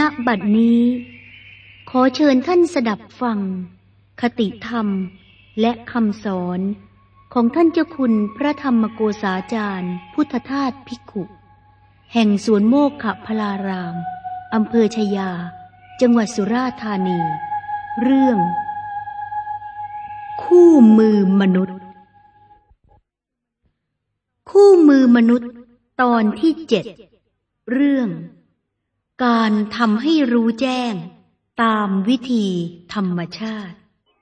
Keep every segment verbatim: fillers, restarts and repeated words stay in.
ณบัดนี้ขอเชิญท่านสดับฟังคติธรรมและคำสอนของท่านเจ้าคุณพระธรรมโกษาจารย์พุทธทาสภิกขุแห่งสวนโมกขพลารามอำเภอชยาจังหวัดสุราษฎร์ธานีเรื่องคู่มือมนุษย์คู่มือมนุษย์ตอนที่เจ็ดเรื่องการทำให้รู้แจ้งตามวิธีธรรมชาติ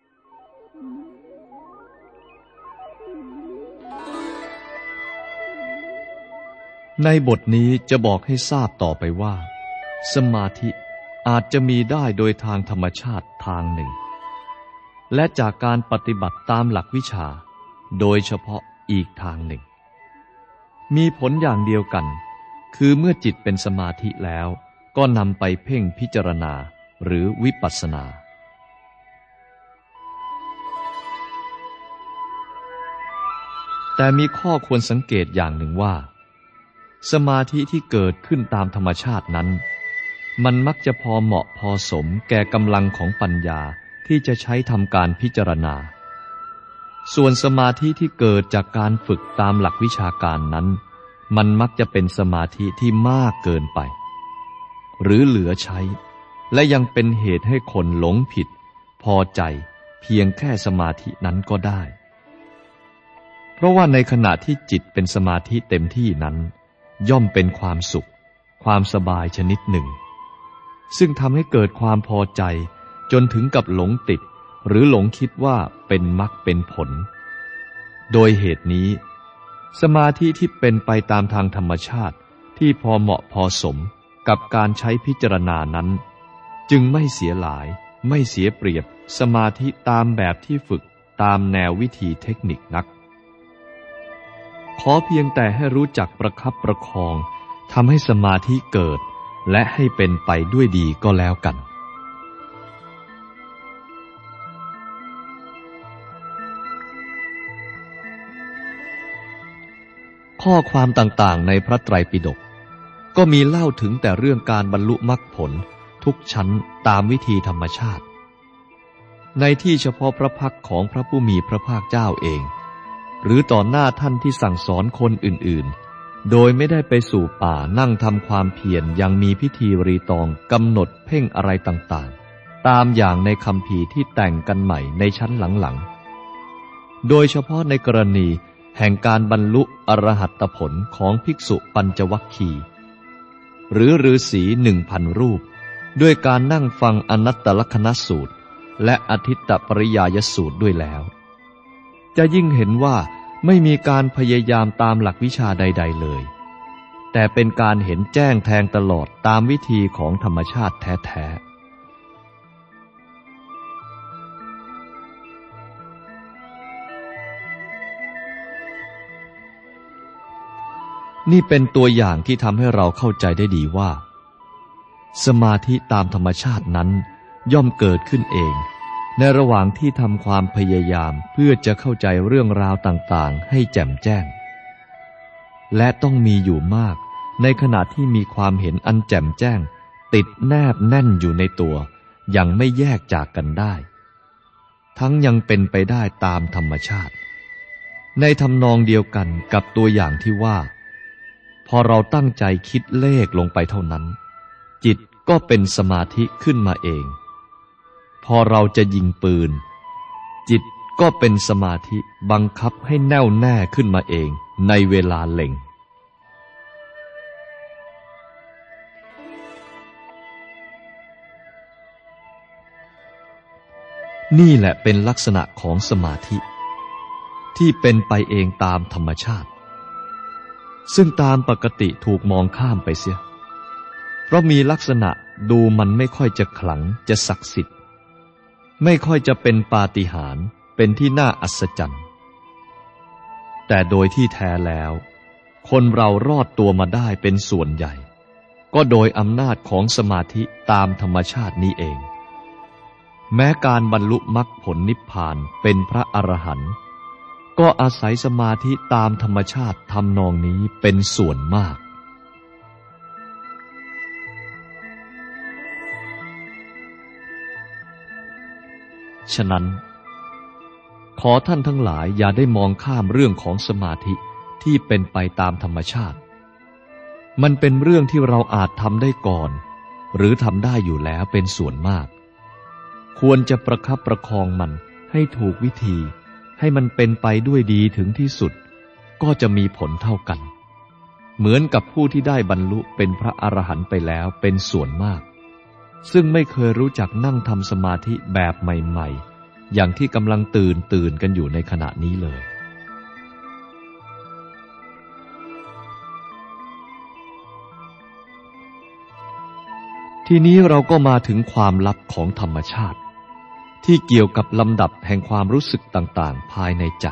ในบทนี้จะบอกให้ทราบต่อไปว่าสมาธิอาจจะมีได้โดยทางธรรมชาติทางหนึ่งและจากการปฏิบัติตามหลักวิชาโดยเฉพาะอีกทางหนึ่งมีผลอย่างเดียวกันคือเมื่อจิตเป็นสมาธิแล้วก็นำไปเพ่งพิจารณาหรือวิปัสสนาแต่มีข้อควรสังเกตอย่างหนึ่งว่าสมาธิที่เกิดขึ้นตามธรรมชาตินั้นมันมักจะพอเหมาะพอสมแก่กำลังของปัญญาที่จะใช้ทำการพิจารณาส่วนสมาธิที่เกิดจากการฝึกตามหลักวิชาการนั้นมันมักจะเป็นสมาธิที่มากเกินไปหรือเหลือใช้และยังเป็นเหตุให้คนหลงผิดพอใจเพียงแค่สมาธินั้นก็ได้เพราะว่าในขณะที่จิตเป็นสมาธิเต็มที่นั้นย่อมเป็นความสุขความสบายชนิดหนึ่งซึ่งทำให้เกิดความพอใจจนถึงกับหลงติดหรือหลงคิดว่าเป็นมรรคเป็นผลโดยเหตุนี้สมาธิที่เป็นไปตามทางธรรมชาติที่พอเหมาะพอสมกับการใช้พิจารณานั้นจึงไม่เสียหลายไม่เสียเปรียบสมาธิตามแบบที่ฝึกตามแนววิธีเทคนิคนักขอเพียงแต่ให้รู้จักประคับประคองทำให้สมาธิเกิดและให้เป็นไปด้วยดีก็แล้วกันข้อความต่างๆในพระไตรปิฎกก็มีเล่าถึงแต่เรื่องการบรรลุมรรคผลทุกชั้นตามวิธีธรรมชาติในที่เฉพาะพระพักของพระผู้มีพระภาคเจ้าเองหรือต่อหน้าท่านที่สั่งสอนคนอื่นๆโดยไม่ได้ไปสู่ป่านั่งทำความเพียรยังมีพิธีรีตองกำหนดเพ่งอะไรต่างๆตามอย่างในคัมภีร์ที่แต่งกันใหม่ในชั้นหลังๆโดยเฉพาะในกรณีแห่งการบรรลุอรหัตผลของภิกษุปัญจวัคคีย์หรือฤาษีหนึ่งพันรูปด้วยการนั่งฟังอนัตตลักขณสูตรและอทิตตปริยายสูตรด้วยแล้วจะยิ่งเห็นว่าไม่มีการพยายามตามหลักวิชาใดๆเลยแต่เป็นการเห็นแจ้งแทงตลอดตามวิธีของธรรมชาติแท้ๆนี่เป็นตัวอย่างที่ทำให้เราเข้าใจได้ดีว่าสมาธิตามธรรมชาตินั้นย่อมเกิดขึ้นเองในระหว่างที่ทำความพยายามเพื่อจะเข้าใจเรื่องราวต่างๆให้แจ่มแจ้งและต้องมีอยู่มากในขณะที่มีความเห็นอันแจ่มแจ้งติดแนบแน่นอยู่ในตัวยังไม่แยกจากกันได้ทั้งยังเป็นไปได้ตามธรรมชาติในทำนองเดียวกันกับตัวอย่างที่ว่าพอเราตั้งใจคิดเลขลงไปเท่านั้นจิตก็เป็นสมาธิขึ้นมาเองพอเราจะยิงปืนจิตก็เป็นสมาธิบังคับให้แน่วแน่ขึ้นมาเองในเวลาเล็งนี่แหละเป็นลักษณะของสมาธิที่เป็นไปเองตามธรรมชาติซึ่งตามปกติถูกมองข้ามไปเสียเพราะมีลักษณะดูมันไม่ค่อยจะขลังจะศักดิ์สิทธิ์ไม่ค่อยจะเป็นปาฏิหาริย์เป็นที่น่าอัศจรรย์แต่โดยที่แท้แล้วคนเรารอดตัวมาได้เป็นส่วนใหญ่ก็โดยอำนาจของสมาธิตามธรรมชาตินี้เองแม้การบรรลุมรรคผลนิพพานเป็นพระอรหันต์ก็อาศัยสมาธิตามธรรมชาติทำนองนี้เป็นส่วนมากฉะนั้นขอท่านทั้งหลายอย่าได้มองข้ามเรื่องของสมาธิที่เป็นไปตามธรรมชาติมันเป็นเรื่องที่เราอาจทำได้ก่อนหรือทำได้อยู่แล้วเป็นส่วนมากควรจะประคับประคองมันให้ถูกวิธีให้มันเป็นไปด้วยดีถึงที่สุดก็จะมีผลเท่ากันเหมือนกับผู้ที่ได้บรรลุเป็นพระอรหันต์ไปแล้วเป็นส่วนมากซึ่งไม่เคยรู้จักนั่งทำสมาธิแบบใหม่ๆอย่างที่กำลังตื่นตื่นกันอยู่ในขณะนี้เลยทีนี้เราก็มาถึงความลับของธรรมชาติที่เกี่ยวกับลำดับแห่งความรู้สึกต่างๆภายในใจ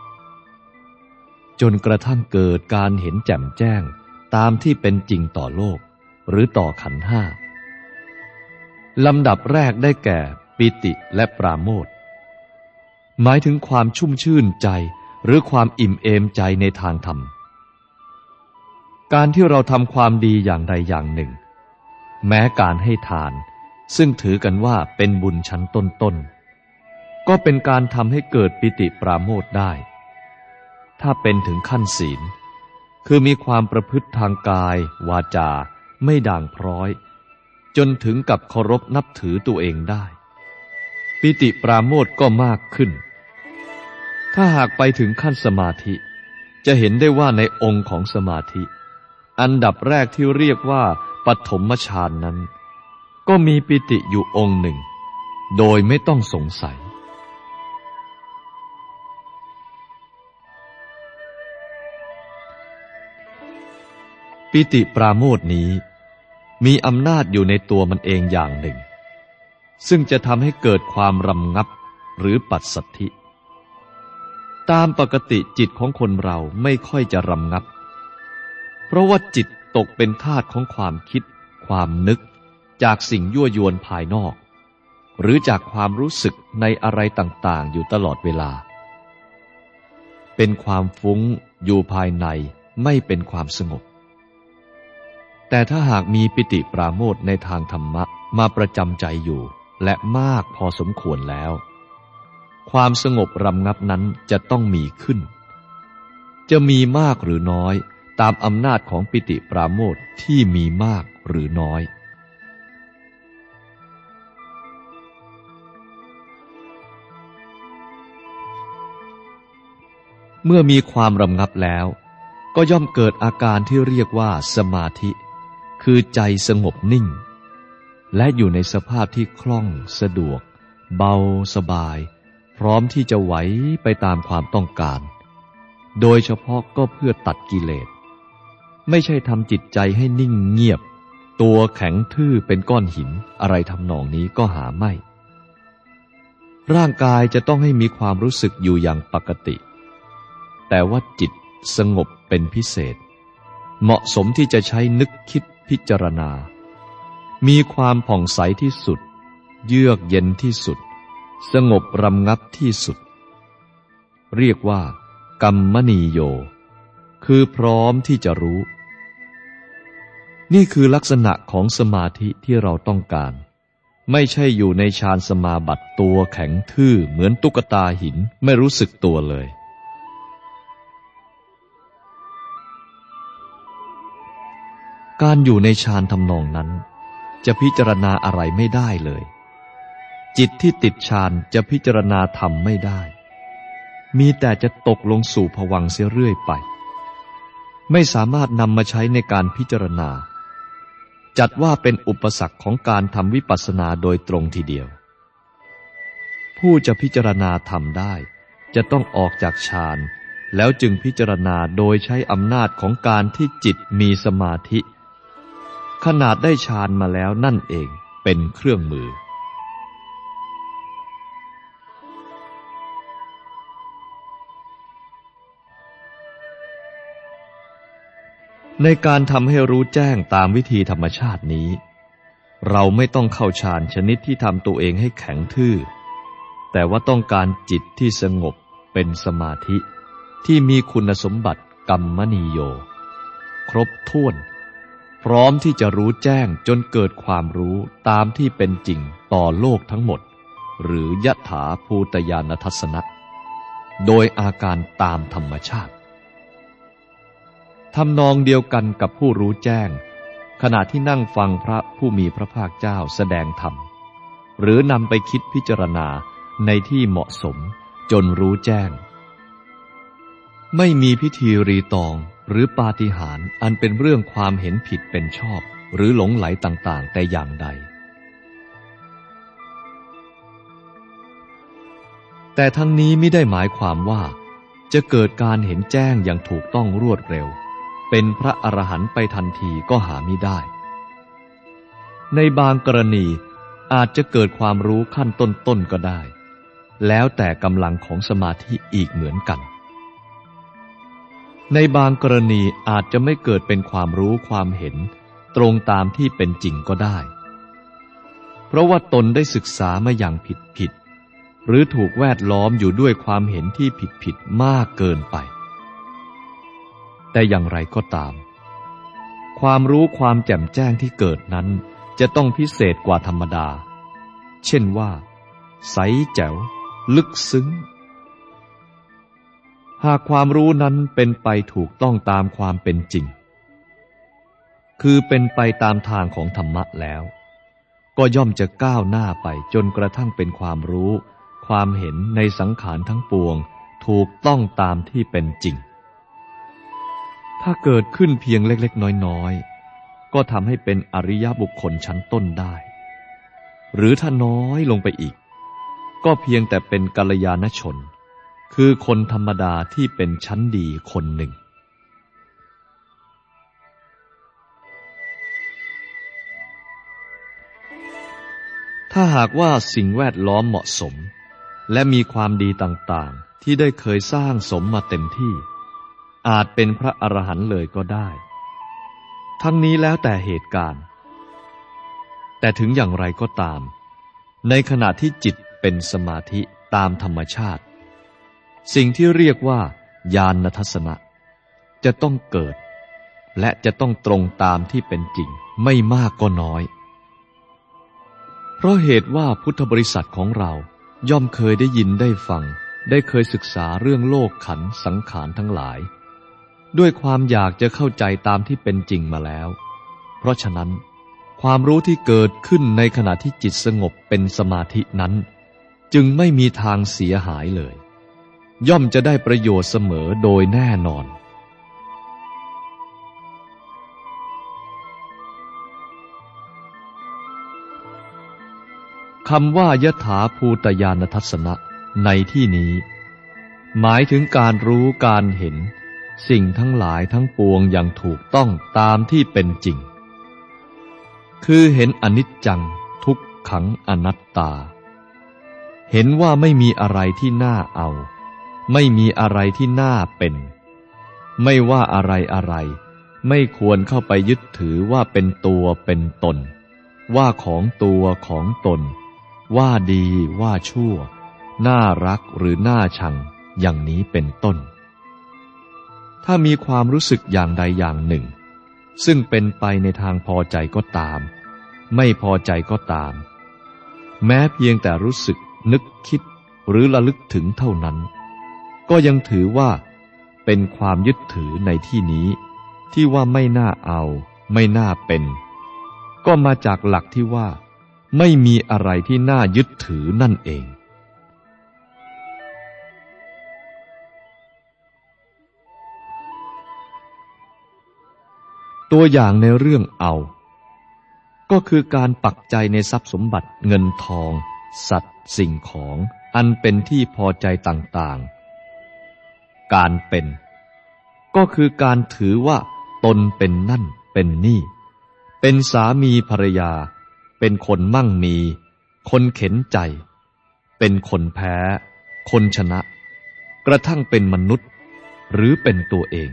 จนกระทั่งเกิดการเห็นแจ่มแจ้งตามที่เป็นจริงต่อโลกหรือต่อขันธ์ห้าลำดับแรกได้แก่ปิติและปราโมทย์หมายถึงความชุ่มชื่นใจหรือความอิ่มเอมใจในทางธรรมการที่เราทำความดีอย่างใดอย่างหนึ่งแม้การให้ทานซึ่งถือกันว่าเป็นบุญชั้นต้นๆก็เป็นการทำให้เกิดปิติปราโมทย์ได้ถ้าเป็นถึงขั้นศีลคือมีความประพฤติทางกายวาจาไม่ด่างพร้อยจนถึงกับเคารพนับถือตัวเองได้ปิติปราโมทย์ก็มากขึ้นถ้าหากไปถึงขั้นสมาธิจะเห็นได้ว่าในองค์ของสมาธิอันดับแรกที่เรียกว่าปฐมฌานนั้นก็มีปิติอยู่องค์หนึ่งโดยไม่ต้องสงสัยปิติปราโมทย์นี้มีอำนาจอยู่ในตัวมันเองอย่างหนึ่งซึ่งจะทำให้เกิดความรำงับหรือปัสสัทธิตามปกติจิตของคนเราไม่ค่อยจะรำงับเพราะว่าจิตตกเป็นทาสของความคิดความนึกจากสิ่งยั่วยวนภายนอกหรือจากความรู้สึกในอะไรต่างๆอยู่ตลอดเวลาเป็นความฟุ้งอยู่ภายในไม่เป็นความสงบแต่ถ้าหากมีปิติปราโมทย์ในทางธรรมะมาประจำใจอยู่และมากพอสมควรแล้วความสงบรำงับนั้นจะต้องมีขึ้นจะมีมากหรือน้อยตามอำนาจของปิติปราโมทย์ที่มีมากหรือน้อยเมื่อมีความรำงับแล้วก็ย่อมเกิดอาการที่เรียกว่าสมาธิคือใจสงบนิ่งและอยู่ในสภาพที่คล่องสะดวกเบาสบายพร้อมที่จะไหวไปตามความต้องการโดยเฉพาะก็เพื่อตัดกิเลสไม่ใช่ทำจิตใจให้นิ่งเงียบตัวแข็งทื่อเป็นก้อนหินอะไรทำนองนี้ก็หาไม่ร่างกายจะต้องให้มีความรู้สึกอยู่อย่างปกติแต่ว่าจิตสงบเป็นพิเศษเหมาะสมที่จะใช้นึกคิดพิจารณามีความผ่องใสที่สุดเยือกเย็นที่สุดสงบรำงับที่สุดเรียกว่ากัมมณีโยคือพร้อมที่จะรู้นี่คือลักษณะของสมาธิที่เราต้องการไม่ใช่อยู่ในฌานสมาบัติตัวแข็งทื่อเหมือนตุ๊กตาหินไม่รู้สึกตัวเลยการอยู่ในฌานทำนองนั้นจะพิจารณาอะไรไม่ได้เลยจิตที่ติดฌานจะพิจารณาธรรมไม่ได้มีแต่จะตกลงสู่ภวังค์เสียเรื่อยไปไม่สามารถนำมาใช้ในการพิจารณาจัดว่าเป็นอุปสรรคของการทำวิปัสสนาโดยตรงทีเดียวผู้จะพิจารณาธรรมได้จะต้องออกจากฌานแล้วจึงพิจารณาโดยใช้อำนาจของการที่จิตมีสมาธิขนาดได้ฌานมาแล้วนั่นเองเป็นเครื่องมือในการทำให้รู้แจ้งตามวิธีธรรมชาตินี้เราไม่ต้องเข้าฌานชนิดที่ทำตัวเองให้แข็งทื่อแต่ว่าต้องการจิตที่สงบเป็นสมาธิที่มีคุณสมบัติกัมมณีโยครบถ้วนพร้อมที่จะรู้แจ้งจนเกิดความรู้ตามที่เป็นจริงต่อโลกทั้งหมดหรือยถาภูตญาณทัศนะโดยอาการตามธรรมชาติทำนองเดียวกันกับผู้รู้แจ้งขณะที่นั่งฟังพระผู้มีพระภาคเจ้าแสดงธรรมหรือนำไปคิดพิจารณาในที่เหมาะสมจนรู้แจ้งไม่มีพิธีรีตองหรือปาฏิหาริย์อันเป็นเรื่องความเห็นผิดเป็นชอบหรือหลงไหลต่างๆแต่อย่างใดแต่ทั้งนี้ไม่ได้หมายความว่าจะเกิดการเห็นแจ้งอย่างถูกต้องรวดเร็วเป็นพระอรหันต์ไปทันทีก็หามิได้ในบางกรณีอาจจะเกิดความรู้ขั้นต้นๆก็ได้แล้วแต่กำลังของสมาธิอีกเหมือนกันในบางกรณีอาจจะไม่เกิดเป็นความรู้ความเห็นตรงตามที่เป็นจริงก็ได้เพราะว่าตนได้ศึกษามาอย่างผิดๆหรือถูกแวดล้อมอยู่ด้วยความเห็นที่ผิดๆมากเกินไปแต่อย่างไรก็ตามความรู้ความแจ่มแจ้งที่เกิดนั้นจะต้องพิเศษกว่าธรรมดาเช่นว่าใสแจ๋วลึกซึ้งหากความรู้นั้นเป็นไปถูกต้องตามความเป็นจริงคือเป็นไปตามทางของธรรมะแล้วก็ย่อมจะก้าวหน้าไปจนกระทั่งเป็นความรู้ความเห็นในสังขารทั้งปวงถูกต้องตามที่เป็นจริงถ้าเกิดขึ้นเพียงเล็กๆน้อยๆก็ทำให้เป็นอริยบุคคลชั้นต้นได้หรือถ้าน้อยลงไปอีกก็เพียงแต่เป็นกัลยาณชนคือคนธรรมดาที่เป็นชั้นดีคนหนึ่งถ้าหากว่าสิ่งแวดล้อมเหมาะสมและมีความดีต่างๆที่ได้เคยสร้างสมมาเต็มที่อาจเป็นพระอรหันต์เลยก็ได้ทั้งนี้แล้วแต่เหตุการณ์แต่ถึงอย่างไรก็ตามในขณะที่จิตเป็นสมาธิตามธรรมชาติสิ่งที่เรียกว่าญาณทัศนะจะต้องเกิดและจะต้องตรงตามที่เป็นจริงไม่มากก็น้อยเพราะเหตุว่าพุทธบริษัทของเราย่อมเคยได้ยินได้ฟังได้เคยศึกษาเรื่องโลกขันธ์สังขารทั้งหลายด้วยความอยากจะเข้าใจตามที่เป็นจริงมาแล้วเพราะฉะนั้นความรู้ที่เกิดขึ้นในขณะที่จิตสงบเป็นสมาธินั้นจึงไม่มีทางเสียหายเลยย่อมจะได้ประโยชน์เสมอโดยแน่นอนคำว่ายถาภูตญาณทัศนะในที่นี้หมายถึงการรู้การเห็นสิ่งทั้งหลายทั้งปวงอย่างถูกต้องตามที่เป็นจริงคือเห็นอนิจจังทุกขังอนัตตาเห็นว่าไม่มีอะไรที่น่าเอาไม่มีอะไรที่น่าเป็นไม่ว่าอะไรอะไรไม่ควรเข้าไปยึดถือว่าเป็นตัวเป็นตนว่าของตัวของตนว่าดีว่าชั่วน่ารักหรือน่าชังอย่างนี้เป็นต้นถ้ามีความรู้สึกอย่างใดอย่างหนึ่งซึ่งเป็นไปในทางพอใจก็ตามไม่พอใจก็ตามแม้เพียงแต่รู้สึกนึกคิดหรือระลึกถึงเท่านั้นก็ยังถือว่าเป็นความยึดถือในที่นี้ที่ว่าไม่น่าเอาไม่น่าเป็นก็มาจากหลักที่ว่าไม่มีอะไรที่น่ายึดถือนั่นเองตัวอย่างในเรื่องเอาก็คือการปักใจในทรัพย์สมบัติเงินทองสัตว์สิ่งของอันเป็นที่พอใจต่างๆการเป็นก็คือการถือว่าตนเป็นนั่นเป็นนี่เป็นสามีภรรยาเป็นคนมั่งมีคนเข็นใจเป็นคนแพ้คนชนะกระทั่งเป็นมนุษย์หรือเป็นตัวเอง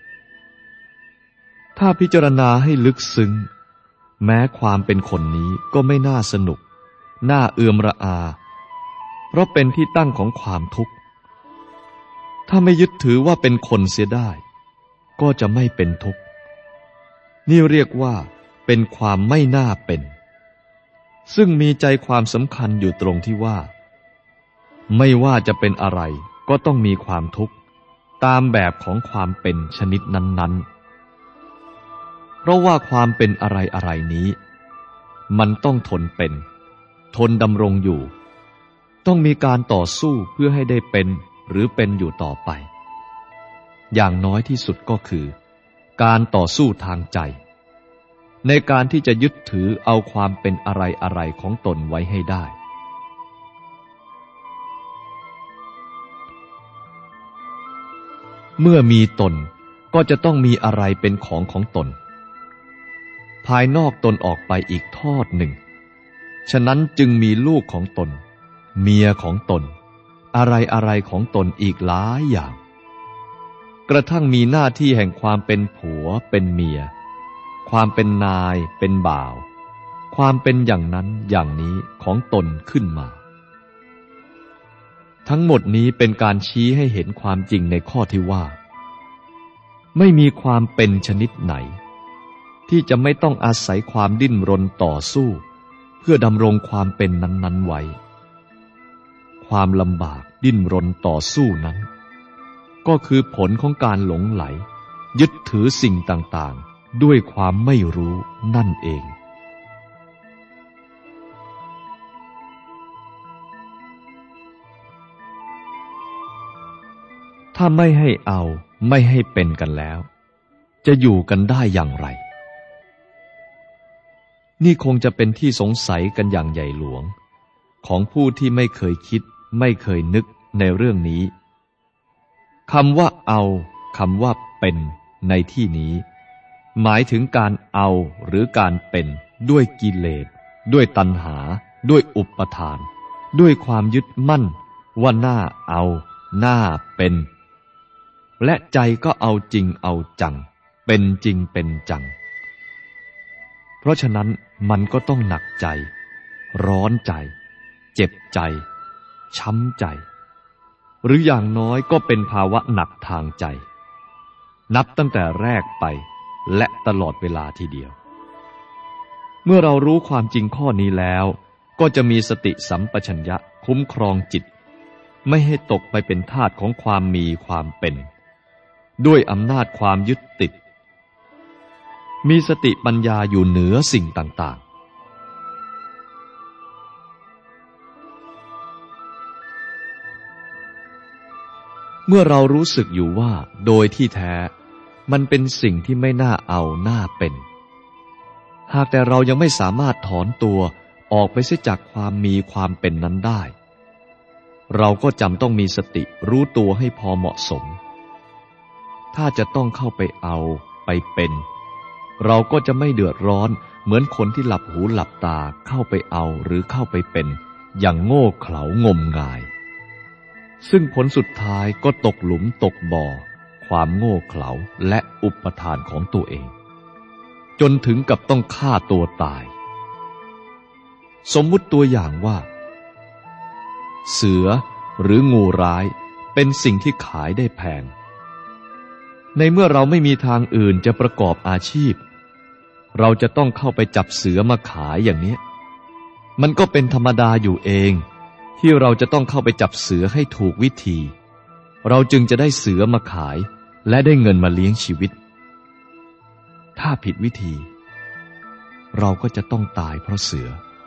ถ้าพิจารณาให้ลึกซึ้งแม้ความเป็นคนนี้ก็ไม่น่าสนุกน่าเอื่อมระอาเพราะเป็นที่ตั้งของความทุกข์ถ้าไม่ยึดถือว่าเป็นคนเสียได้ก็จะไม่เป็นทุกข์นี่เรียกว่าเป็นความไม่น่าเป็นซึ่งมีใจความสำคัญอยู่ตรงที่ว่าไม่ว่าจะเป็นอะไรก็ต้องมีความทุกข์ตามแบบของความเป็นชนิดนั้นๆเพราะว่าความเป็นอะไรอะไรนี้มันต้องทนเป็นทนดำรงอยู่ต้องมีการต่อสู้เพื่อให้ได้เป็นหรือเป็นอยู่ต่อไปอย่างน้อยที่สุดก็คือการต่อสู้ทางใจในการที่จะยึดถือเอาความเป็นอะไรอะไรของตนไว้ให้ได้เมื่อมีตนก็จะต้องมีอะไรเป็นของของตนภายนอกตนออกไปอีกทอดหนึ่งฉะนั้นจึงมีลูกของตนเมียของตนอะไรอะไรของตนอีกหลายอย่างกระทั่งมีหน้าที่แห่งความเป็นผัวเป็นเมียความเป็นนายเป็นบ่าวความเป็นอย่างนั้นอย่างนี้ของตนขึ้นมาทั้งหมดนี้เป็นการชี้ให้เห็นความจริงในข้อที่ว่าไม่มีความเป็นชนิดไหนที่จะไม่ต้องอาศัยความดิ้นรนต่อสู้เพื่อดำรงความเป็นนั้นๆไว้ความลำบากดิ้นรนต่อสู้นั้นก็คือผลของการหลงไหลยึดถือสิ่งต่างๆด้วยความไม่รู้นั่นเองถ้าไม่ให้เอาไม่ให้เป็นกันแล้วจะอยู่กันได้อย่างไรนี่คงจะเป็นที่สงสัยกันอย่างใหญ่หลวงของผู้ที่ไม่เคยคิดไม่เคยนึกในเรื่องนี้คำว่าเอาคำว่าเป็นในที่นี้หมายถึงการเอาหรือการเป็นด้วยกิเลสด้วยตัณหาด้วยอุปทานด้วยความยึดมั่นว่าหน้าเอาหน้าเป็นและใจก็เอาจริงเอาจังเป็นจริงเป็นจังเพราะฉะนั้นมันก็ต้องหนักใจร้อนใจเจ็บใจช้ำใจหรืออย่างน้อยก็เป็นภาวะหนักทางใจนับตั้งแต่แรกไปและตลอดเวลาทีเดียวเมื่อเรารู้ความจริงข้อนี้แล้วก็จะมีสติสัมปชัญญะคุ้มครองจิตไม่ให้ตกไปเป็นทาสของความมีความเป็นด้วยอำนาจความยึดติดมีสติปัญญาอยู่เหนือสิ่งต่างๆเมื่อเรารู้สึกอยู่ว่าโดยที่แท้มันเป็นสิ่งที่ไม่น่าเอาน่าเป็นหากแต่เรายังไม่สามารถถอนตัวออกไปเสียจากความมีความเป็นนั้นได้เราก็จำต้องมีสติรู้ตัวให้พอเหมาะสมถ้าจะต้องเข้าไปเอาไปเป็นเราก็จะไม่เดือดร้อนเหมือนคนที่หลับหูหลับตาเข้าไปเอาหรือเข้าไปเป็นอย่างโง่เขลางมงายซึ่งผลสุดท้ายก็ตกหลุมตกบ่อความโง่เขลาและอุปทานของตัวเองจนถึงกับต้องฆ่าตัวตายสมมุติตัวอย่างว่าเสือหรืองูร้ายเป็นสิ่งที่ขายได้แพงในเมื่อเราไม่มีทางอื่นจะประกอบอาชีพเราจะต้องเข้าไปจับเสือมาขายอย่างนี้มันก็เป็นธรรมดาอยู่เองที่เราจะต้องเข้าไปจับเสือให้ถูกวิธีเราจึงจะได้เสือมาขายและได้เงินมาเลี้ยงชีวิตถ้าผิดวิธีเราก็จะต้องตายเพราะเสือ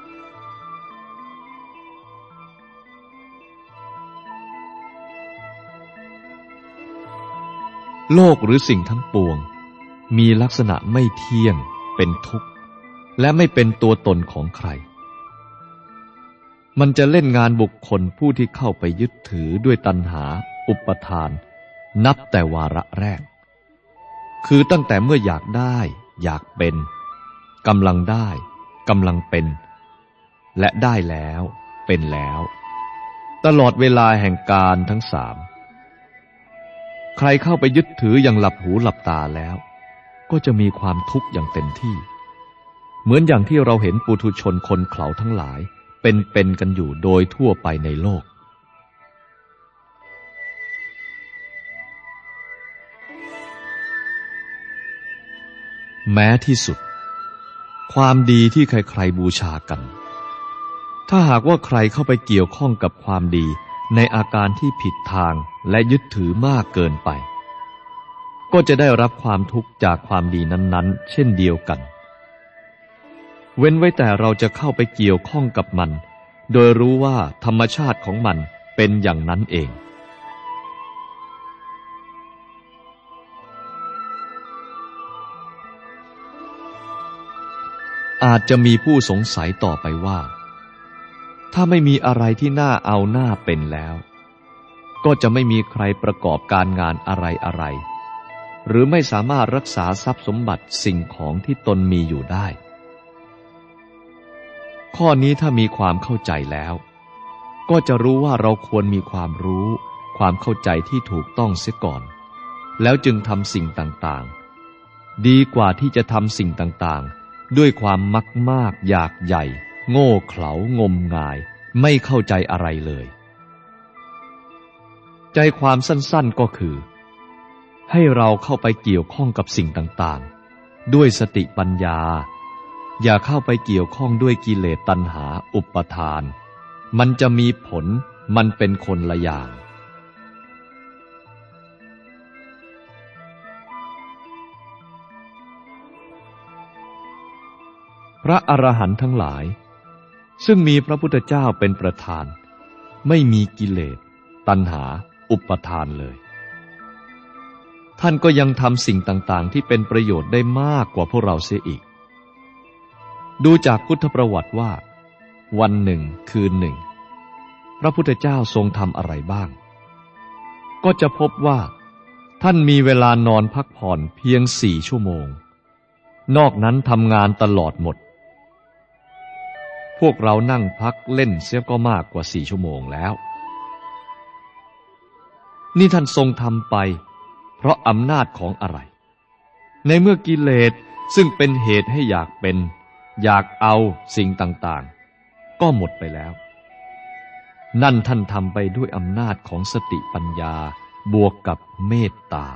โลกหรือสิ่งทั้งปวงมีลักษณะไม่เที่ยงเป็นทุกข์และไม่เป็นตัวตนของใครมันจะเล่นงานบุคคลผู้ที่เข้าไปยึดถือด้วยตัณหาอุปทานนับแต่วาระแรกคือตั้งแต่เมื่ออยากได้อยากเป็นกำลังได้กำลังเป็นและได้แล้วเป็นแล้วตลอดเวลาแห่งการทั้งสามใครเข้าไปยึดถืออย่างหลับหูหลับตาแล้วก็จะมีความทุกข์อย่างเต็มที่เหมือนอย่างที่เราเห็นปุถุชนคนเขลาทั้งหลายเป็นๆกันอยู่โดยทั่วไปในโลกแม้ที่สุดความดีที่ใครๆบูชากันถ้าหากว่าใครเข้าไปเกี่ยวข้องกับความดีในอาการที่ผิดทางและยึดถือมากเกินไปก็จะได้รับความทุกข์จากความดีนั้นๆเช่นเดียวกันเว้นไว้แต่เราจะเข้าไปเกี่ยวข้องกับมันโดยรู้ว่าธรรมชาติของมันเป็นอย่างนั้นเองอาจจะมีผู้สงสัยต่อไปว่าถ้าไม่มีอะไรที่น่าเอาหน้าเป็นแล้วก็จะไม่มีใครประกอบการงานอะไรๆหรือไม่สามารถรักษาทรัพย์สมบัติสิ่งของที่ตนมีอยู่ได้ข้อนี้ถ้ามีความเข้าใจแล้วก็จะรู้ว่าเราควรมีความรู้ความเข้าใจที่ถูกต้องเสียก่อนแล้วจึงทำสิ่งต่างๆดีกว่าที่จะทำสิ่งต่างๆด้วยความมักมากอยากใหญ่โง่เขลางมงายไม่เข้าใจอะไรเลยใจความสั้นๆก็คือให้เราเข้าไปเกี่ยวข้องกับสิ่งต่างๆด้วยสติปัญญาอย่าเข้าไปเกี่ยวข้องด้วยกิเลสตัณหาอุปทานมันจะมีผลมันเป็นคนละอย่างพระอรหันต์ทั้งหลายซึ่งมีพระพุทธเจ้าเป็นประธานไม่มีกิเลสตัณหาอุปทานเลยท่านก็ยังทำสิ่งต่างๆที่เป็นประโยชน์ได้มากกว่าพวกเราเสียอีกดูจากพุทธประวัติว่าวันหนึ่งคืนหนึ่งพระพุทธเจ้าทรงทำอะไรบ้างก็จะพบว่าท่านมีเวลานอนพักผ่อนเพียงสี่ชั่วโมงนอกนั้นทำงานตลอดหมดพวกเรานั่งพักเล่นเสียก็มากกว่าสี่ชั่วโมงแล้วนี่ท่านทรงทำไปเพราะอำนาจของอะไรในเมื่อกิเลสซึ่งเป็นเหตุให้อยากเป็นอยากเอาสิ่งต่างๆก็หมดไปแล้วนั่นท่านทำไปด้วยอำนาจของสติปัญญาบวกกับเมตตา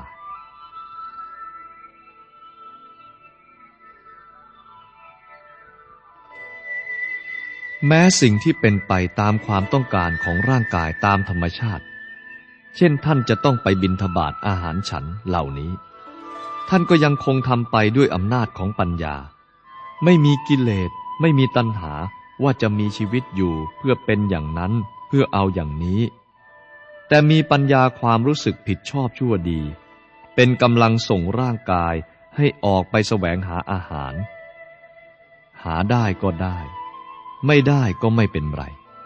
แม้สิ่งที่เป็นไปตามความต้องการของร่างกายตามธรรมชาติเช่นท่านจะต้องไปบิณฑบาตอาหารฉันเหล่านี้ท่านก็ยังคงทำไปด้วยอำนาจของปัญญาไม่มีกิเลสไม่มีตัณหาว่าจะมีชีวิตอยู่เพื่อเป็นอย่างนั้นเพื่อเอาอย่างนี้แต่มีปัญญาความรู้สึกผิดชอบชั่วดีเป็นกำลังส่งร่างกายให้ออกไปแสวงหาอาหารหาได้ก็ได้ไม่ได้ก็ไม่เป็นไร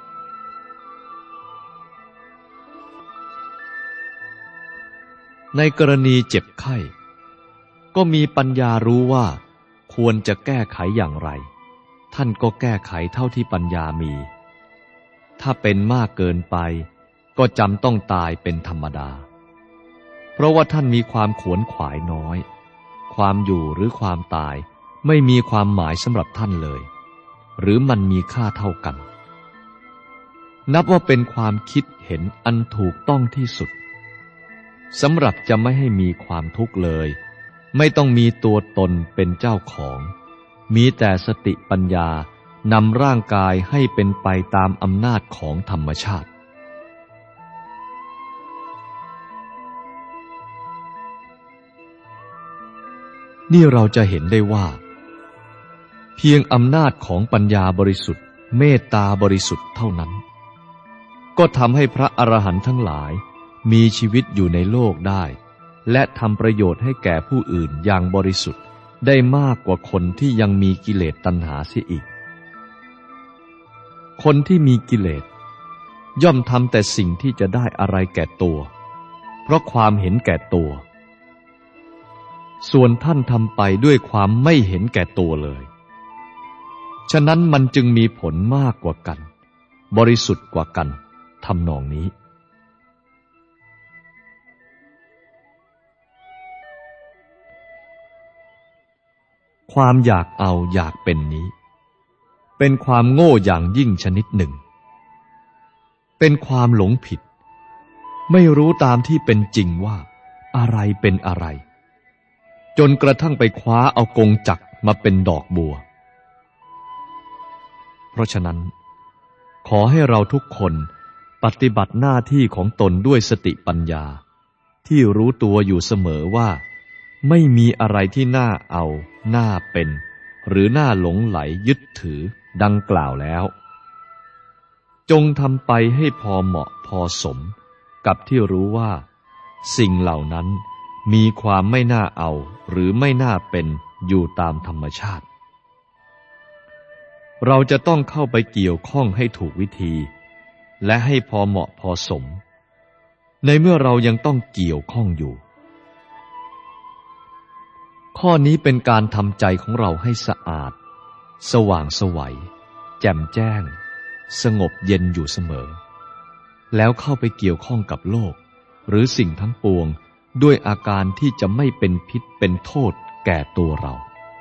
ในกรณีเจ็บไข้ก็มีปัญญารู้ว่าควรจะแก้ไขอย่างไรท่านก็แก้ไขเท่าที่ปัญญามีถ้าเป็นมากเกินไปก็จำต้องตายเป็นธรรมดาเพราะว่าท่านมีความขวนขวายน้อยความอยู่หรือความตายไม่มีความหมายสำหรับท่านเลยหรือมันมีค่าเท่ากันนับว่าเป็นความคิดเห็นอันถูกต้องที่สุดสำหรับจะไม่ให้มีความทุกข์เลยไม่ต้องมีตัวตนเป็นเจ้าของมีแต่สติปัญญานำร่างกายให้เป็นไปตามอำนาจของธรรมชาตินี่เราจะเห็นได้ว่าเพียงอำนาจของปัญญาบริสุทธิ์เมตตาบริสุทธิ์เท่านั้นก็ทำให้พระอรหันต์ทั้งหลายมีชีวิตอยู่ในโลกได้และทำประโยชน์ให้แก่ผู้อื่นอย่างบริสุทธิ์ได้มากกว่าคนที่ยังมีกิเลสตัณหาเสียอีกคนที่มีกิเลสย่อมทำแต่สิ่งที่จะได้อะไรแก่ตัวเพราะความเห็นแก่ตัวส่วนท่านทำไปด้วยความไม่เห็นแก่ตัวเลยฉะนั้นมันจึงมีผลมากกว่ากันบริสุทธิ์กว่ากันทำนองนี้ความอยากเอาอยากเป็นนี้เป็นความโง่อย่างยิ่งชนิดหนึ่งเป็นความหลงผิดไม่รู้ตามที่เป็นจริงว่าอะไรเป็นอะไรจนกระทั่งไปคว้าเอากงจักรมาเป็นดอกบัวเพราะฉะนั้นขอให้เราทุกคนปฏิบัติหน้าที่ของตนด้วยสติปัญญาที่รู้ตัวอยู่เสมอว่าไม่มีอะไรที่น่าเอาน่าเป็นหรือน่าหลงไหลยึดถือดังกล่าวแล้วจงทำไปให้พอเหมาะพอสมกับที่รู้ว่าสิ่งเหล่านั้นมีความไม่น่าเอาหรือไม่น่าเป็นอยู่ตามธรรมชาติเราจะต้องเข้าไปเกี่ยวข้องให้ถูกวิธีและให้พอเหมาะพอสมในเมื่อเรายังต้องเกี่ยวข้องอยู่ข้อนี้เป็นการทำใจของเราให้สะอาดสว่างไสวแจ่มแจ้งสงบเย็นอยู่เสมอแล้วเข้าไปเกี่ยวข้องกับโลกหรือสิ่งทั้งปวงด้วยอาการที่จะไม่เป็นพิษเป็นโทษแก่ตัวเรา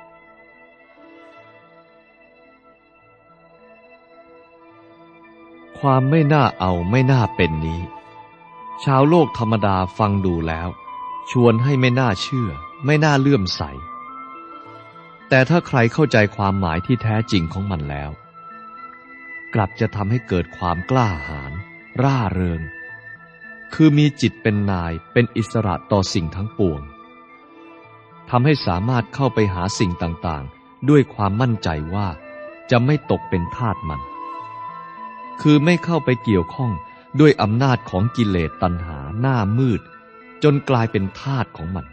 ความไม่น่าเอาไม่น่าเป็นนี้ชาวโลกธรรมดาฟังดูแล้วชวนให้ไม่น่าเชื่อไม่น่าเลื่อมใสแต่ถ้าใครเข้าใจความหมายที่แท้จริงของมันแล้วกลับจะทำให้เกิดความกล้าหาญร่าเริงคือมีจิตเป็นนายเป็นอิสระต่อสิ่งทั้งปวงทำให้สามารถเข้าไปหาสิ่งต่างๆด้วยความมั่นใจว่าจะไม่ตกเป็นทาสมันคือไม่เข้าไปเกี่ยวข้องด้วยอำนาจของกิเลสตัณหาหน้ามืดจนกลายเป็นทาสของมัน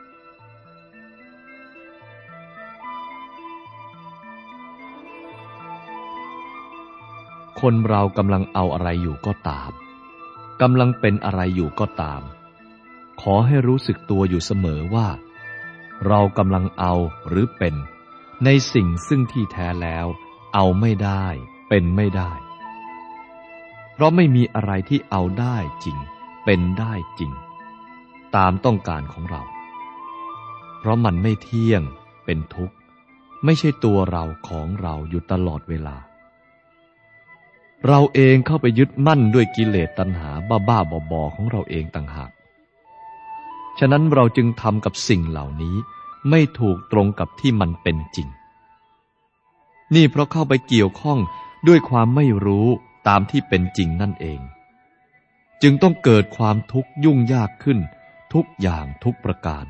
คนเรากำลังเอาอะไรอยู่ก็ตามกำลังเป็นอะไรอยู่ก็ตามขอให้รู้สึกตัวอยู่เสมอว่าเรากำลังเอาหรือเป็นในสิ่งซึ่งที่แท้แล้วเอาไม่ได้เป็นไม่ได้เพราะไม่มีอะไรที่เอาได้จริงเป็นได้จริงตามต้องการของเราเพราะมันไม่เที่ยงเป็นทุกข์ไม่ใช่ตัวเราของเราอยู่ตลอดเวลาเราเองเข้าไปยึดมั่นด้วยกิเลสตัณหาบ้าๆบอๆของเราเองต่างหากฉะนั้นเราจึงทำกับสิ่งเหล่านี้ไม่ถูกตรงกับที่มันเป็นจริงนี่เพราะเข้าไปเกี่ยวข้องด้วยความไม่รู้ตามที่เป็นจริงนั่นเองจึงต้องเกิดความทุกข์ยุ่งยากขึ้นทุกอย่างทุกประการ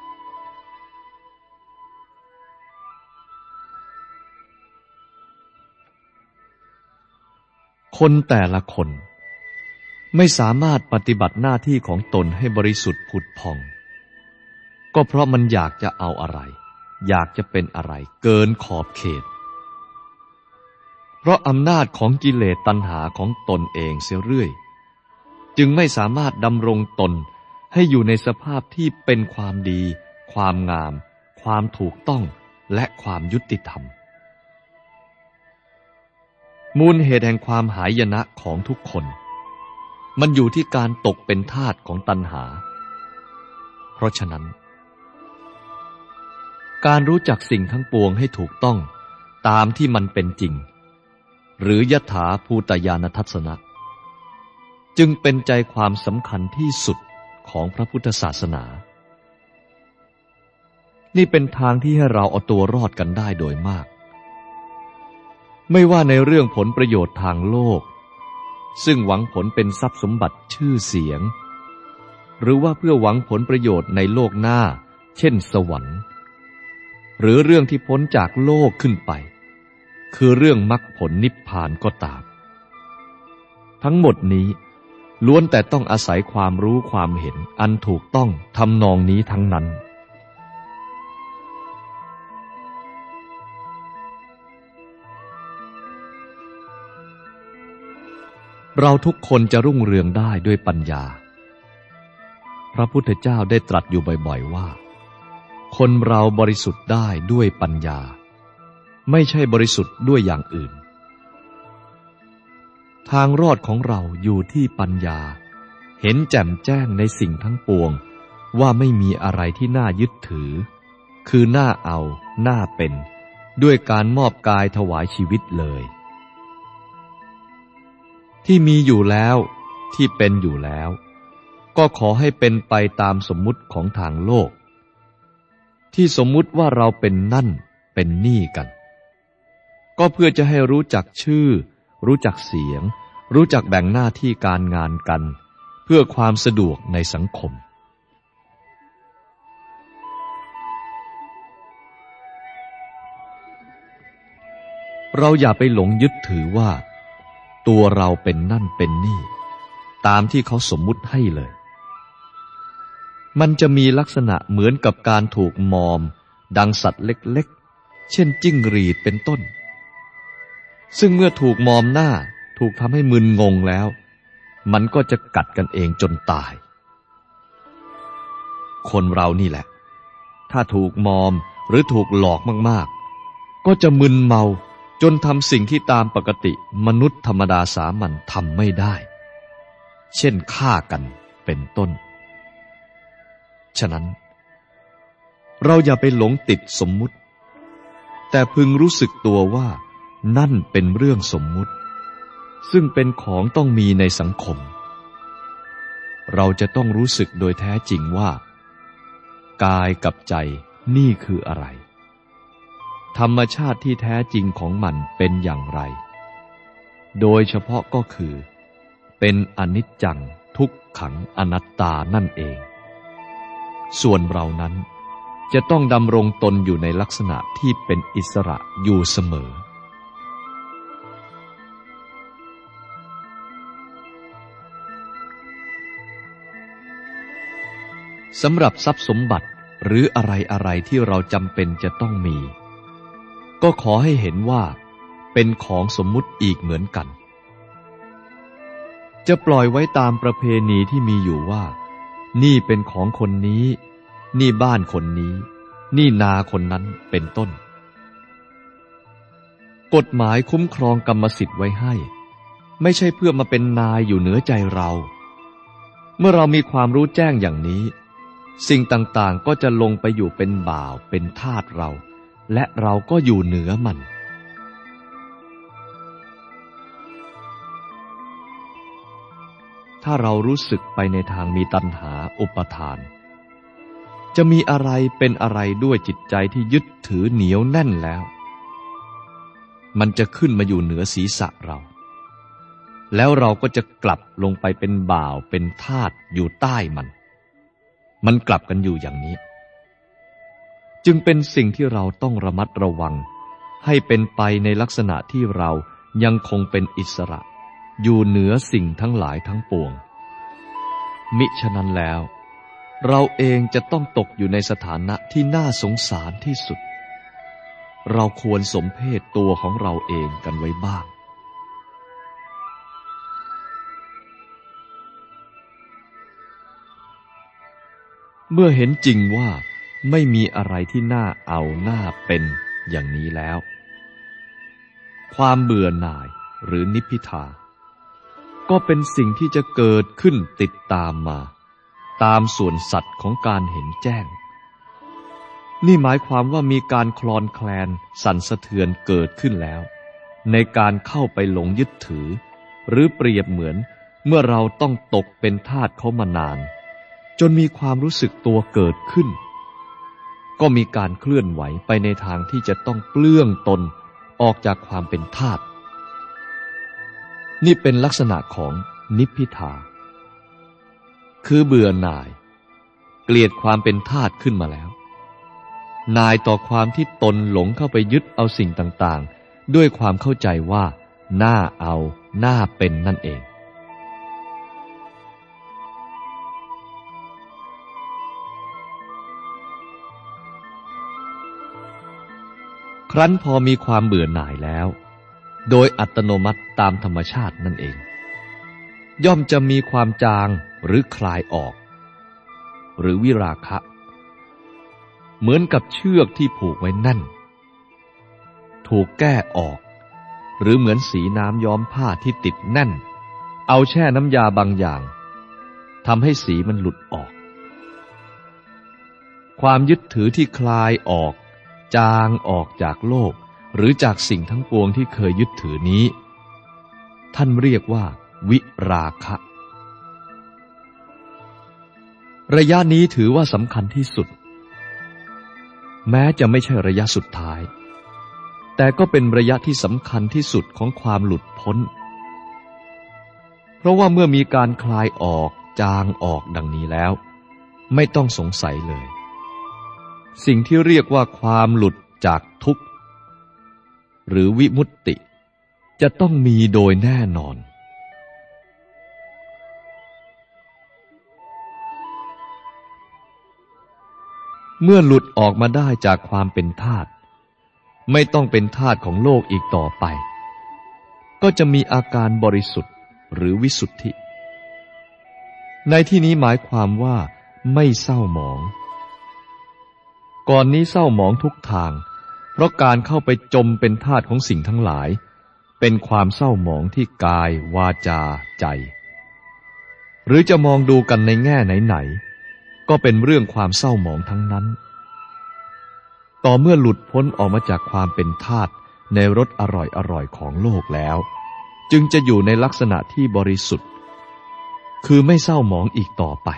คนแต่ละคนไม่สามารถปฏิบัติหน้าที่ของตนให้บริสุทธิ์ผุดผ่องก็เพราะมันอยากจะเอาอะไรอยากจะเป็นอะไรเกินขอบเขตเพราะอำนาจของกิเลสตัณหาของตนเองเสียเรื่อยจึงไม่สามารถดำรงตนให้อยู่ในสภาพที่เป็นความดีความงามความถูกต้องและความยุติธรรมมูลเหตุแห่งความหายนะของทุกคนมันอยู่ที่การตกเป็นทาสของตัณหาเพราะฉะนั้นการรู้จักสิ่งทั้งปวงให้ถูกต้องตามที่มันเป็นจริงหรือยถาภูตญาณทัศนะจึงเป็นใจความสำคัญที่สุดของพระพุทธศาสนานี่เป็นทางที่ให้เราเอาตัวรอดกันได้โดยมากไม่ว่าในเรื่องผลประโยชน์ทางโลกซึ่งหวังผลเป็นทรัพย์สมบัติชื่อเสียงหรือว่าเพื่อหวังผลประโยชน์ในโลกหน้าเช่นสวรรค์หรือเรื่องที่พ้นจากโลกขึ้นไปคือเรื่องมรรคผลนิพพานก็ตามทั้งหมดนี้ล้วนแต่ต้องอาศัยความรู้ความเห็นอันถูกต้องทำนองนี้ทั้งนั้นเราทุกคนจะรุ่งเรืองได้ด้วยปัญญาพระพุทธเจ้าได้ตรัสอยู่บ่อยๆว่าคนเราบริสุทธิ์ได้ด้วยปัญญาไม่ใช่บริสุทธิ์ด้วยอย่างอื่นทางรอดของเราอยู่ที่ปัญญาเห็นแจ่มแจ้งในสิ่งทั้งปวงว่าไม่มีอะไรที่น่ายึดถือคือน่าเอาน่าเป็นด้วยการมอบกายถวายชีวิตเลยที่มีอยู่แล้วที่เป็นอยู่แล้วก็ขอให้เป็นไปตามสมมุติของทางโลกที่สมมุติว่าเราเป็นนั่นเป็นนี่กันก็เพื่อจะให้รู้จักชื่อรู้จักเสียงรู้จักแบ่งหน้าที่การงานกันเพื่อความสะดวกในสังคมเราอย่าไปหลงยึดถือว่าตัวเราเป็นนั่นเป็นนี่ตามที่เขาสมมุติให้เลยมันจะมีลักษณะเหมือนกับการถูกมอมดังสัตว์เล็กๆเช่นจิ้งหรีดเป็นต้นซึ่งเมื่อถูกมอมหน้าถูกทำให้มึนงงแล้วมันก็จะกัดกันเองจนตายคนเรานี่แหละถ้าถูกมอมหรือถูกหลอกมากๆก็จะมึนเมาจนทำสิ่งที่ตามปกติมนุษย์ธรรมดาสามัญทำไม่ได้เช่นฆ่ากันเป็นต้นฉะนั้นเราอย่าไปหลงติดสมมุติแต่พึงรู้สึกตัวว่านั่นเป็นเรื่องสมมุติซึ่งเป็นของต้องมีในสังคมเราจะต้องรู้สึกโดยแท้จริงว่ากายกับใจนี่คืออะไรธรรมชาติที่แท้จริงของมันเป็นอย่างไรโดยเฉพาะก็คือเป็นอนิจจังทุกขังอนัตตานั่นเองส่วนเรานั้นจะต้องดำรงตนอยู่ในลักษณะที่เป็นอิสระอยู่เสมอสำหรับทรัพย์สมบัติหรืออะไรอะไรที่เราจำเป็นจะต้องมีก็ขอให้เห็นว่าเป็นของสมมุติอีกเหมือนกันจะปล่อยไว้ตามประเพณีที่มีอยู่ว่านี่เป็นของคนนี้นี่บ้านคนนี้นี่นาคนนั้นเป็นต้นกฎหมายคุ้มครองกรรมสิทธิ์ไว้ให้ไม่ใช่เพื่อมาเป็นนายอยู่เหนือใจเราเมื่อเรามีความรู้แจ้งอย่างนี้สิ่งต่างๆก็จะลงไปอยู่เป็นบ่าวเป็นทาสเราและเราก็อยู่เหนือมันถ้าเรารู้สึกไปในทางมีตัณหาอุปทานจะมีอะไรเป็นอะไรด้วยจิตใจที่ยึดถือเหนียวแน่นแล้วมันจะขึ้นมาอยู่เหนือศีรษะเราแล้วเราก็จะกลับลงไปเป็นบ่าวเป็นทาสอยู่ใต้มันมันกลับกันอยู่อย่างนี้จึงเป็นสิ่งที่เราต้องระมัดระวังให้เป็นไปในลักษณะที่เรายังคงเป็นอิสระอยู่เหนือสิ่งทั้งหลายทั้งปวงมิฉะนั้นแล้วเราเองจะต้องตกอยู่ในสถานะที่น่าสงสารที่สุดเราควรสมเพชตัวของเราเองกันไว้บ้างเมื่อเห็นจริงว่าไม่มีอะไรที่น่าเอาน่าเป็นอย่างนี้แล้วความเบื่อหน่ายหรือนิพพิทาก็เป็นสิ่งที่จะเกิดขึ้นติดตามมาตามส่วนสัตว์ของการเห็นแจ้งนี่หมายความว่ามีการคลอนแคลนสั่นสะเทือนเกิดขึ้นแล้วในการเข้าไปหลงยึดถือหรือเปรียบเหมือนเมื่อเราต้องตกเป็นทาสเขามานานจนมีความรู้สึกตัวเกิดขึ้นก็มีการเคลื่อนไหวไปในทางที่จะต้องเปลื้องตนออกจากความเป็นทาสนี่เป็นลักษณะของนิพพิทาคือเบื่อหน่ายเกลียดความเป็นทาสขึ้นมาแล้วนายต่อความที่ตนหลงเข้าไปยึดเอาสิ่งต่างๆด้วยความเข้าใจว่าน่าเอาน่าเป็นนั่นเองครั้นพอมีความเบื่อหน่ายแล้วโดยอัตโนมัติตามธรรมชาตินั่นเองย่อมจะมีความจางหรือคลายออกหรือวิราคะเหมือนกับเชือกที่ผูกไว้แน่นถูกแก้ออกหรือเหมือนสีน้ำย้อมผ้าที่ติดแน่นเอาแช่น้ำยาบางอย่างทำให้สีมันหลุดออกความยึดถือที่คลายออกจางออกจากโลกหรือจากสิ่งทั้งปวงที่เคยยึดถือนี้ท่านเรียกว่าวิราคะระยะนี้ถือว่าสำคัญที่สุดแม้จะไม่ใช่ระยะสุดท้ายแต่ก็เป็นระยะที่สำคัญที่สุดของความหลุดพ้นเพราะว่าเมื่อมีการคลายออกจางออกดังนี้แล้วไม่ต้องสงสัยเลยสิ่งที่เรียกว่าความหลุดจากทุกข์หรือวิมุตติจะต้องมีโดยแน่นอนเมื่อหลุดออกมาได้จากความเป็นทาสไม่ต้องเป็นทาสของโลกอีกต่อไปก็จะมีอาการบริสุทธิ์หรือวิสุทธิในที่นี้หมายความว่าไม่เศร้าหมองก่อนนี้เศร้าหมองทุกทางเพราะการเข้าไปจมเป็นทาสของสิ่งทั้งหลายเป็นความเศร้าหมองที่กายวาจาใจหรือจะมองดูกันในแง่ไหนๆก็เป็นเรื่องความเศร้าหมองทั้งนั้นต่อเมื่อหลุดพ้นออกมาจากความเป็นทาสในรสอร่อยๆของโลกแล้วจึงจะอยู่ในลักษณะที่บริสุทธิ์คือไม่เศร้าหมองอีกต่อไป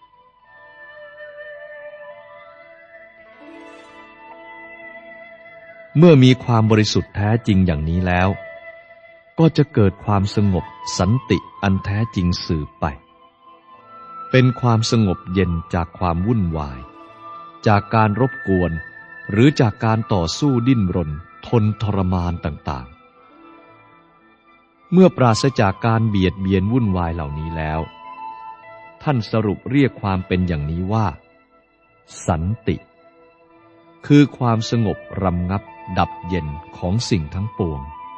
เมื่อมีความบริสุทธิ์แท้จริงอย่างนี้แล้วก็จะเกิดความสงบสันติอันแท้จริงสืบไปเป็นความสงบเย็นจากความวุ่นวายจากการรบกวนหรือจากการต่อสู้ดิ้นรนทนทรมานต่างๆเมื่อปราศจากการเบียดเบียนวุ่นวายเหล่านี้แล้วท่านสรุปเรียกความเป็นอย่างนี้ว่าสันติคือความสงบรำงับดับเย็นของสิ่งทั้งปวง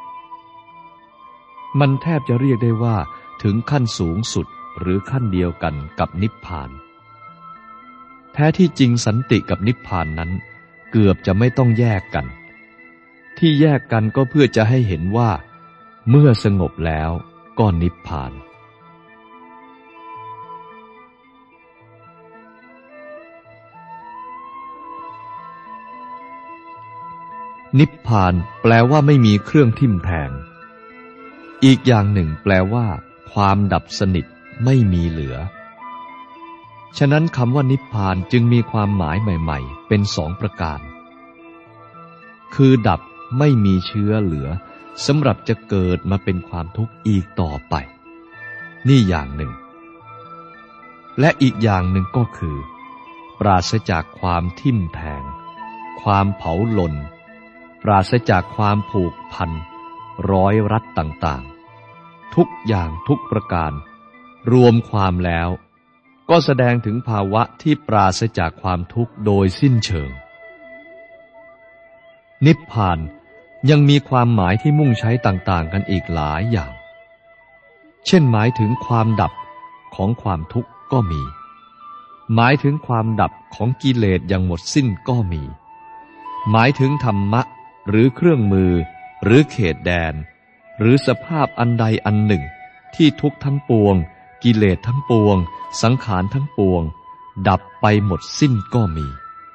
มันแทบจะเรียกได้ว่าถึงขั้นสูงสุดหรือขั้นเดียวกันกับนิพพานแท้ที่จริงสันติกับนิพพานนั้นเกือบจะไม่ต้องแยกกันที่แยกกันก็เพื่อจะให้เห็นว่าเมื่อสงบแล้วก็นิพพานนิพพานแปลว่าไม่มีเครื่องทิ่มแทงอีกอย่างหนึ่งแปลว่าความดับสนิทไม่มีเหลือฉะนั้นคำว่านิพพานจึงมีความหมายใหม่ๆเป็นสองประการคือดับไม่มีเชื้อเหลือสำหรับจะเกิดมาเป็นความทุกข์อีกต่อไปนี่อย่างหนึ่งและอีกอย่างหนึ่งก็คือปราศจากความทิ่มแทงความเผาลนปราศจากความผูกพันร้อยรัดต่างๆทุกอย่างทุกประการรวมความแล้วก็แสดงถึงภาวะที่ปราศจากความทุกข์โดยสิ้นเชิงนิพพานยังมีความหมายที่มุ่งใช้ต่างๆกันอีกหลายอย่างเช่นหมายถึงความดับของความทุกข์ก็มีหมายถึงความดับของกิเลสอย่างหมดสิ้นก็มีหมายถึงธรรมะหรือเครื่องมือหรือเขตแดนหรือสภาพอันใดอันหนึ่งที่ทุกข์ทั้งปวงกิเลสทั้งปวงสังขารทั้งปวงดับไปหมดสิ้นก็มี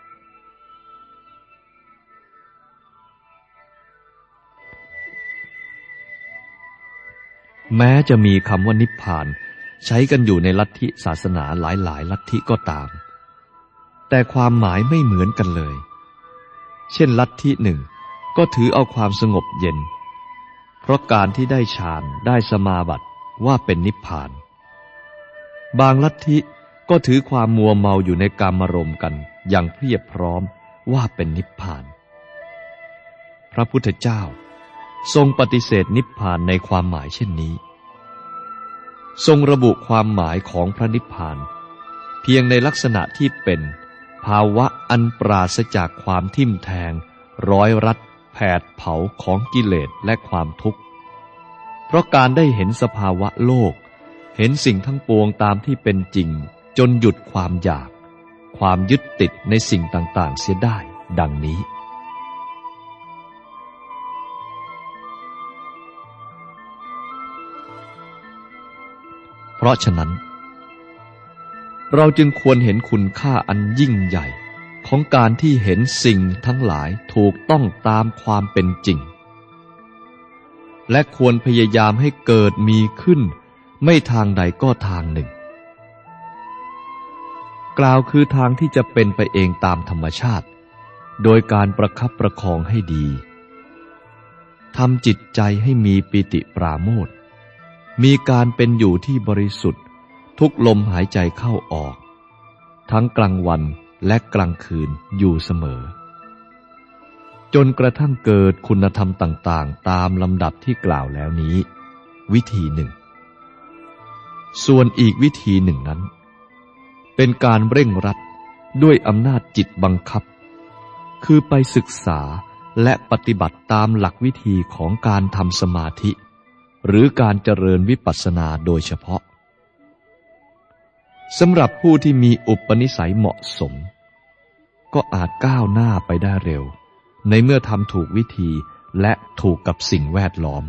แม้จะมีคำว่านิพพานใช้กันอยู่ในลัทธิศาสนาหลายๆลัทธิก็ตามแต่ความหมายไม่เหมือนกันเลยเช่นลัทธิหนึ่งก็ถือเอาความสงบเย็นเพราะการที่ได้ฌานได้สมาบัติว่าเป็นนิพพานบางลัทธิก็ถือความมัวเมาอยู่ในกามารมณ์กันอย่างเพียบพร้อมว่าเป็นนิพพานพระพุทธเจ้าทรงปฏิเสธนิพพานในความหมายเช่นนี้ทรงระบุความหมายของพระนิพพานเพียงในลักษณะที่เป็นภาวะอันปราศจากความทิ่มแทงร้อยรัดแผดเผาของกิเลสและความทุกข์เพราะการได้เห็นสภาวะโลกเห็นสิ่งทั้งปวงตามที่เป็นจริงจนหยุดความอยากความยึดติดในสิ่งต่างๆเสียได้ดังนี้เพราะฉะนั้นเราจึงควรเห็นคุณค่าอันยิ่งใหญ่ของการที่เห็นสิ่งทั้งหลายถูกต้องตามความเป็นจริงและควรพยายามให้เกิดมีขึ้นไม่ทางใดก็ทางหนึ่งกล่าวคือทางที่จะเป็นไปเองตามธรรมชาติโดยการประคับประคองให้ดีทำจิตใจให้มีปิติปราโมทย์มีการเป็นอยู่ที่บริสุทธิ์ทุกลมหายใจเข้าออกทั้งกลางวันและกลางคืนอยู่เสมอจนกระทั่งเกิดคุณธรรมต่างๆตามลำดับที่กล่าวแล้วนี้วิธีหนึ่งส่วนอีกวิธีหนึ่งนั้นเป็นการเร่งรัดด้วยอำนาจจิตบังคับคือไปศึกษาและปฏิบัติตามหลักวิธีของการทำสมาธิหรือการเจริญวิปัสสนาโดยเฉพาะสำหรับผู้ที่มีอุปนิสัยเหมาะสมก็อาจก้าวหน้าไปได้เร็วในเมื่อทำถูกวิธีและถูกกับสิ่งแวดล้อม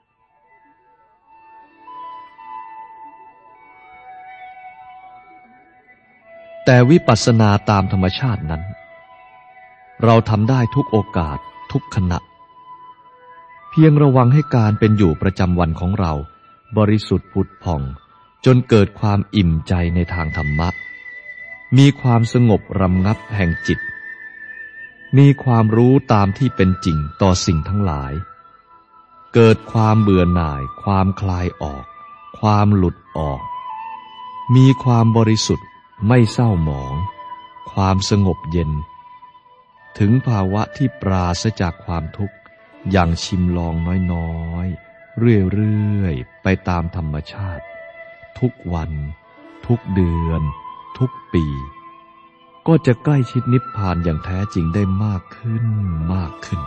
แต่วิปัสสนาตามธรรมชาตินั้นเราทำได้ทุกโอกาสทุกขณะเพียงระวังให้การเป็นอยู่ประจำวันของเราบริสุทธิ์ผุดผ่องจนเกิดความอิ่มใจในทางธรรมะมีความสงบรำงับแห่งจิตมีความรู้ตามที่เป็นจริงต่อสิ่งทั้งหลายเกิดความเบื่อหน่ายความคลายออกความหลุดออกมีความบริสุทธิ์ไม่เศร้าหมองความสงบเย็นถึงภาวะที่ปราศจากความทุกข์อย่างชิมลองน้อยๆเรื่อยๆไปตามธรรมชาติทุกวันทุกเดือนทุกปีก็จะใกล้ชิดนิพพานอย่างแท้จริงได้มากขึ้นมากขึ้น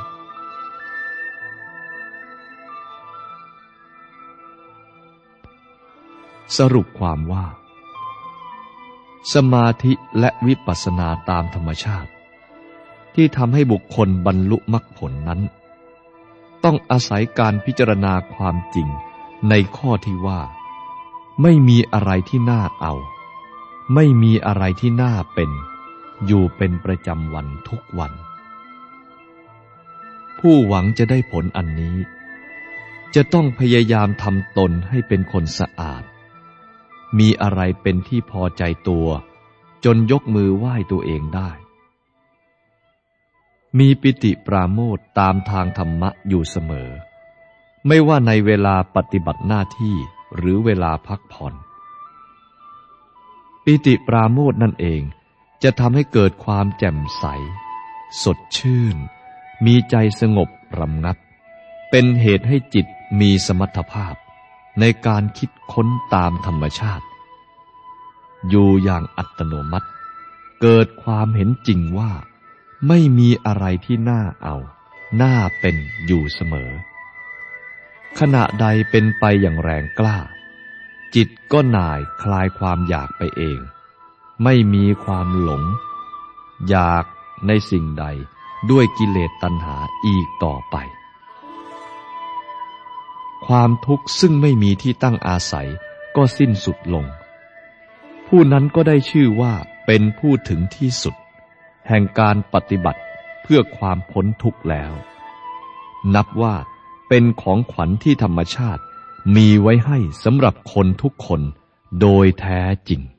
สรุปความว่าสมาธิและวิปัสสนาตามธรรมชาติที่ทำให้บุคคลบรรลุมรรคผลนั้นต้องอาศัยการพิจารณาความจริงในข้อที่ว่าไม่มีอะไรที่น่าเอาไม่มีอะไรที่น่าเป็นอยู่เป็นประจำวันทุกวันผู้หวังจะได้ผลอันนี้จะต้องพยายามทำตนให้เป็นคนสะอาดมีอะไรเป็นที่พอใจตัวจนยกมือไหว้ตัวเองได้มีปิติปราโมทย์ตามทางธรรมะอยู่เสมอไม่ว่าในเวลาปฏิบัติหน้าที่หรือเวลาพักผ่อนปิติปราโมทย์นั่นเองจะทำให้เกิดความแจ่มใสสดชื่นมีใจสงบรำงับเป็นเหตุให้จิตมีสมรรถภาพในการคิดค้นตามธรรมชาติอยู่อย่างอัตโนมัติเกิดความเห็นจริงว่าไม่มีอะไรที่น่าเอาน่าเป็นอยู่เสมอขณะใดเป็นไปอย่างแรงกล้าจิตก็หน่ายคลายความอยากไปเองไม่มีความหลงอยากในสิ่งใดด้วยกิเลสตัณหาอีกต่อไปความทุกข์ซึ่งไม่มีที่ตั้งอาศัยก็สิ้นสุดลงผู้นั้นก็ได้ชื่อว่าเป็นผู้ถึงที่สุดแห่งการปฏิบัติเพื่อความพ้นทุกข์แล้วนับว่าเป็นของขวัญที่ธรรมชาติมีไว้ให้สำหรับคนทุกคนโดยแท้จริง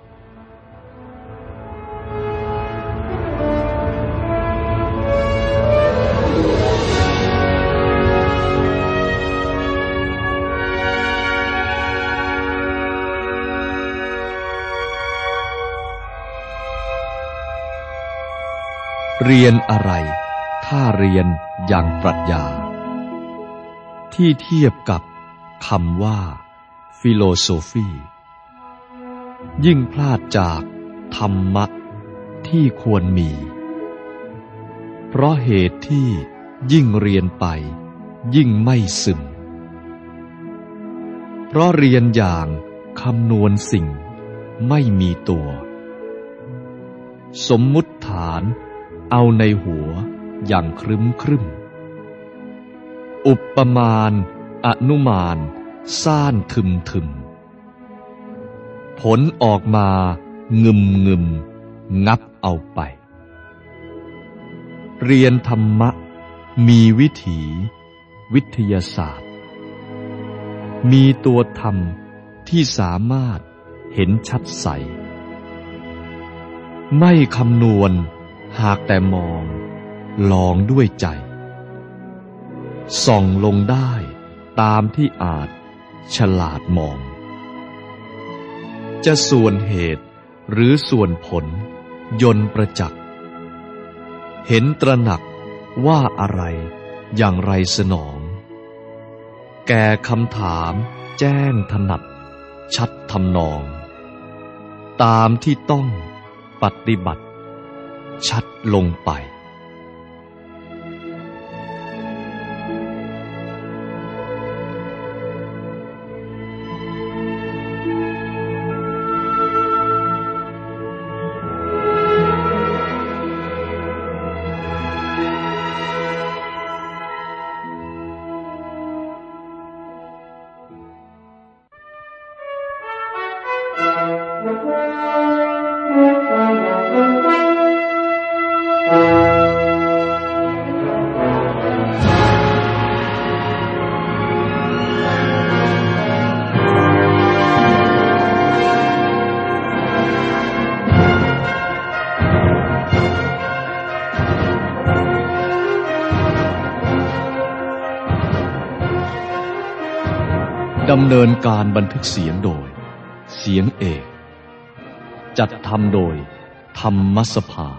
เรียนอะไรถ้าเรียนอย่างปรัชญาที่เทียบกับคำว่าฟิโลโซฟียิ่งพลาดจากธรรมะที่ควรมีเพราะเหตุที่ยิ่งเรียนไปยิ่งไม่ซึมเพราะเรียนอย่างคำนวณสิ่งไม่มีตัวสมมุติฐานเอาในหัวอย่างครึ้มครึ้มอุปมาณอนุมานซ่านทึมทึมผลออกมางึมงึมงับเอาไปเรียนธรรมะมีวิถีวิทยาศาสตร์มีตัวธรรมที่สามารถเห็นชัดใสไม่คำนวณหากแต่มองลองด้วยใจส่องลงได้ตามที่อาจฉลาดมองจะส่วนเหตุหรือส่วนผลยนต์ประจักษ์เห็นตระหนักว่าอะไรอย่างไรสนองแก่คำถามแจ้งถนัดชัดทำนองตามที่ต้องปฏิบัติชัดลงไปดำเนินการบันทึกเสียงโดยเสียงเอกจัดทำโดยธรรมสภา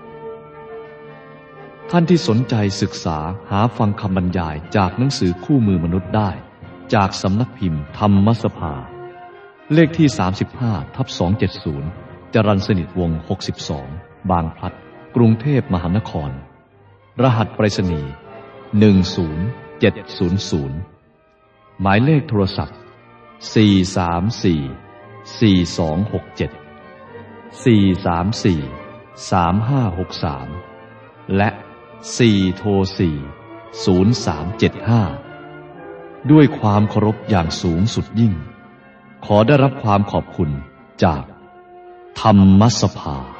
ท่านที่สนใจศึกษาหาฟังคำบรรยายจากหนังสือคู่มือมนุษย์ได้จากสำนักพิมพ์ธรรมสภาเลขที่ สามสิบห้าทับสองเจ็ดศูนย์ จรัญสนิทวงศ์หกสิบสองบางพลัดกรุงเทพมหานครรหัสไปรษณีย์หนึ่งศูนย์เจ็ดศูนย์ศูนย์หมายเลขโทรศัพท์สี่ สาม สี่ สี่ สอง หก เจ็ด สี่ สาม สี่ สาม ห้า หก สามและสี่โทรสี่ ศูนย์ สาม เจ็ด ห้าด้วยความเคารพอย่างสูงสุดยิ่งขอได้รับความขอบคุณจากธรรมสภา